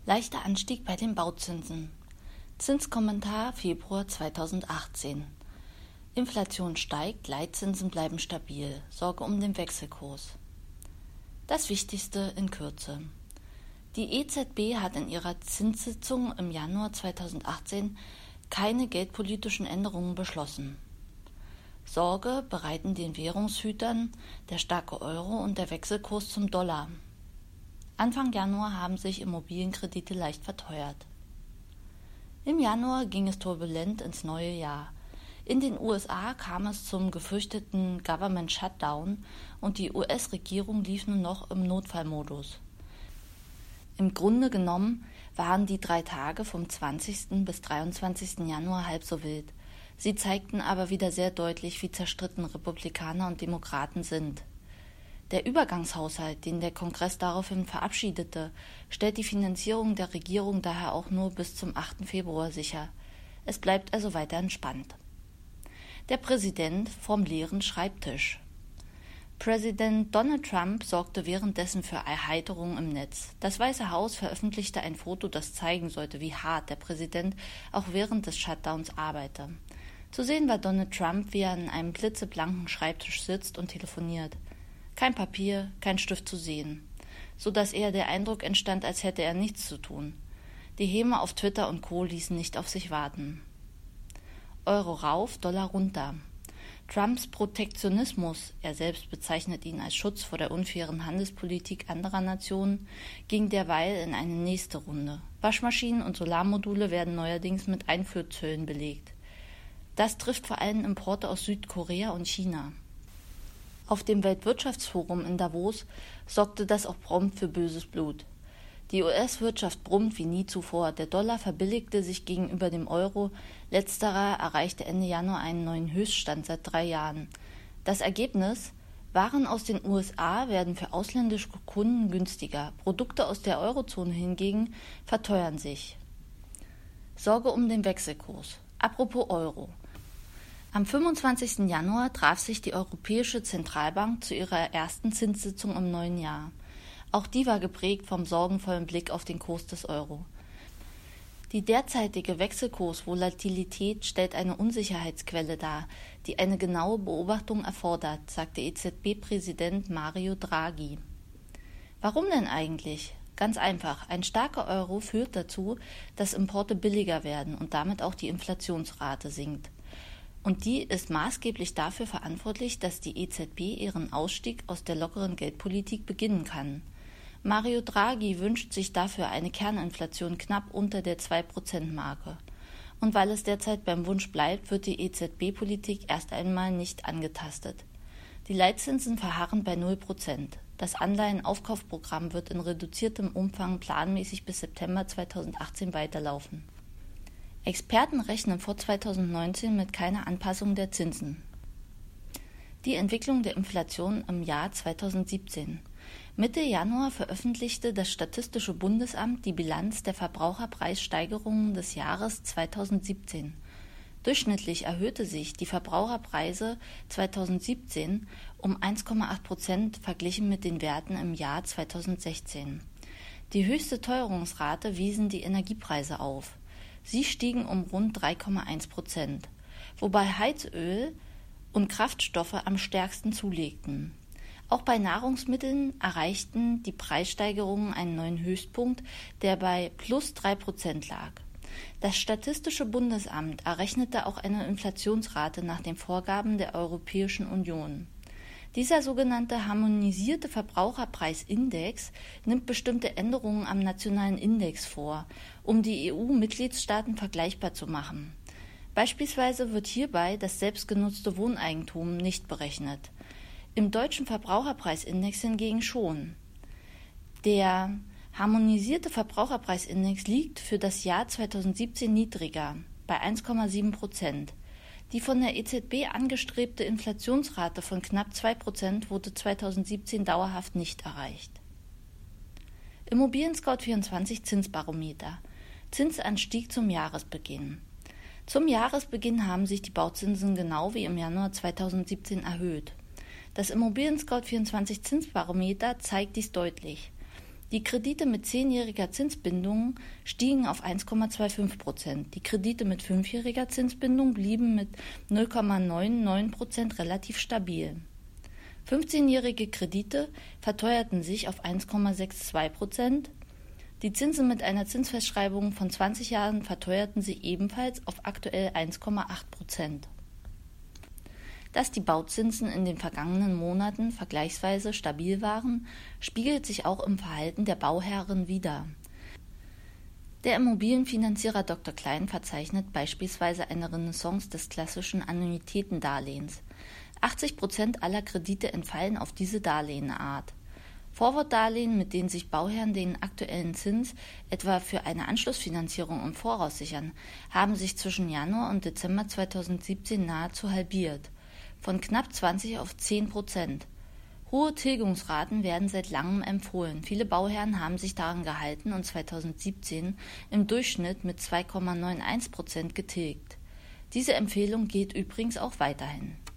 Leichter Anstieg bei den Bauzinsen. Zinskommentar Februar 2018. Inflation steigt, Leitzinsen bleiben stabil. Sorge um den Wechselkurs. Das Wichtigste in Kürze. Die EZB hat in ihrer Zinssitzung im Januar 2018 keine geldpolitischen Änderungen beschlossen. Sorge bereiten den Währungshütern der starke Euro und der Wechselkurs zum Dollar. Anfang Januar haben sich Immobilienkredite leicht verteuert. Im Januar ging es turbulent ins neue Jahr. In den USA kam es zum gefürchteten Government Shutdown und die US-Regierung lief nur noch im Notfallmodus. Im Grunde genommen waren die 3 Tage vom 20. bis 23. Januar halb so wild. Sie zeigten aber wieder sehr deutlich, wie zerstritten Republikaner und Demokraten sind. Der Übergangshaushalt, den der Kongress daraufhin verabschiedete, stellt die Finanzierung der Regierung daher auch nur bis zum 8. Februar sicher. Es bleibt also weiter entspannt. Der Präsident vom leeren Schreibtisch. Präsident Donald Trump sorgte währenddessen für Erheiterung im Netz. Das Weiße Haus veröffentlichte ein Foto, das zeigen sollte, wie hart der Präsident auch während des Shutdowns arbeite. Zu sehen war Donald Trump, wie er an einem blitzeblanken Schreibtisch sitzt und telefoniert. Kein Papier, kein Stift zu sehen, so dass eher der Eindruck entstand, als hätte er nichts zu tun. Die Häme auf Twitter und Co. ließen nicht auf sich warten. Euro rauf, Dollar runter. Trumps Protektionismus, er selbst bezeichnet ihn als Schutz vor der unfairen Handelspolitik anderer Nationen, ging derweil in eine nächste Runde. Waschmaschinen und Solarmodule werden neuerdings mit Einfuhrzöllen belegt. Das trifft vor allem Importe aus Südkorea und China. Auf dem Weltwirtschaftsforum in Davos sorgte das auch prompt für böses Blut. Die US-Wirtschaft brummt wie nie zuvor. Der Dollar verbilligte sich gegenüber dem Euro. Letzterer erreichte Ende Januar einen neuen Höchststand seit 3 Jahren. Das Ergebnis? Waren aus den USA werden für ausländische Kunden günstiger. Produkte aus der Eurozone hingegen verteuern sich. Sorge um den Wechselkurs. Apropos Euro. Am 25. Januar traf sich die Europäische Zentralbank zu ihrer ersten Zinssitzung im neuen Jahr. Auch die war geprägt vom sorgenvollen Blick auf den Kurs des Euro. Die derzeitige Wechselkursvolatilität stellt eine Unsicherheitsquelle dar, die eine genaue Beobachtung erfordert, sagte EZB-Präsident Mario Draghi. Warum denn eigentlich? Ganz einfach, ein starker Euro führt dazu, dass Importe billiger werden und damit auch die Inflationsrate sinkt. Und die ist maßgeblich dafür verantwortlich, dass die EZB ihren Ausstieg aus der lockeren Geldpolitik beginnen kann. Mario Draghi wünscht sich dafür eine Kerninflation knapp unter der 2%-Marke. Und weil es derzeit beim Wunsch bleibt, wird die EZB-Politik erst einmal nicht angetastet. Die Leitzinsen verharren bei 0%. Das Anleihenaufkaufprogramm wird in reduziertem Umfang planmäßig bis September 2018 weiterlaufen. Experten rechnen vor 2019 mit keiner Anpassung der Zinsen. Die Entwicklung der Inflation im Jahr 2017. Mitte Januar veröffentlichte das Statistische Bundesamt die Bilanz der Verbraucherpreissteigerungen des Jahres 2017. Durchschnittlich erhöhte sich die Verbraucherpreise 2017 um 1,8% verglichen mit den Werten im Jahr 2016. Die höchste Teuerungsrate wiesen die Energiepreise auf. Sie stiegen um rund 3,1%, wobei Heizöl und Kraftstoffe am stärksten zulegten. Auch bei Nahrungsmitteln erreichten die Preissteigerungen einen neuen Höchstpunkt, der bei plus 3% lag. Das Statistische Bundesamt errechnete auch eine Inflationsrate nach den Vorgaben der Europäischen Union. Dieser sogenannte harmonisierte Verbraucherpreisindex nimmt bestimmte Änderungen am nationalen Index vor, um die EU-Mitgliedstaaten vergleichbar zu machen. Beispielsweise wird hierbei das selbstgenutzte Wohneigentum nicht berechnet. Im deutschen Verbraucherpreisindex hingegen schon. Der harmonisierte Verbraucherpreisindex liegt für das Jahr 2017 niedriger, bei 1,7%. Die von der EZB angestrebte Inflationsrate von knapp 2% wurde 2017 dauerhaft nicht erreicht. Immobilien-Scout24 Zinsbarometer. Zinsanstieg zum Jahresbeginn. Zum Jahresbeginn haben sich die Bauzinsen genau wie im Januar 2017 erhöht. Das Immobilien-Scout24 Zinsbarometer zeigt dies deutlich. Die Kredite mit 10-jähriger Zinsbindung stiegen auf 1,25%. Die Kredite mit 5-jähriger Zinsbindung blieben mit 0,99% relativ stabil. 15-jährige Kredite verteuerten sich auf 1,62%. Die Zinsen mit einer Zinsfestschreibung von 20 Jahren verteuerten sich ebenfalls auf aktuell 1,8%. Dass die Bauzinsen in den vergangenen Monaten vergleichsweise stabil waren, spiegelt sich auch im Verhalten der Bauherren wider. Der Immobilienfinanzierer Dr. Klein verzeichnet beispielsweise eine Renaissance des klassischen Annuitätendarlehens. 80% aller Kredite entfallen auf diese Darlehenart. Forward-Darlehen, mit denen sich Bauherren den aktuellen Zins etwa für eine Anschlussfinanzierung im Voraus sichern, haben sich zwischen Januar und Dezember 2017 nahezu halbiert, von knapp 20 auf 10%. Hohe Tilgungsraten werden seit langem empfohlen. Viele Bauherren haben sich daran gehalten und 2017 im Durchschnitt mit 2,91% getilgt. Diese Empfehlung gilt übrigens auch weiterhin.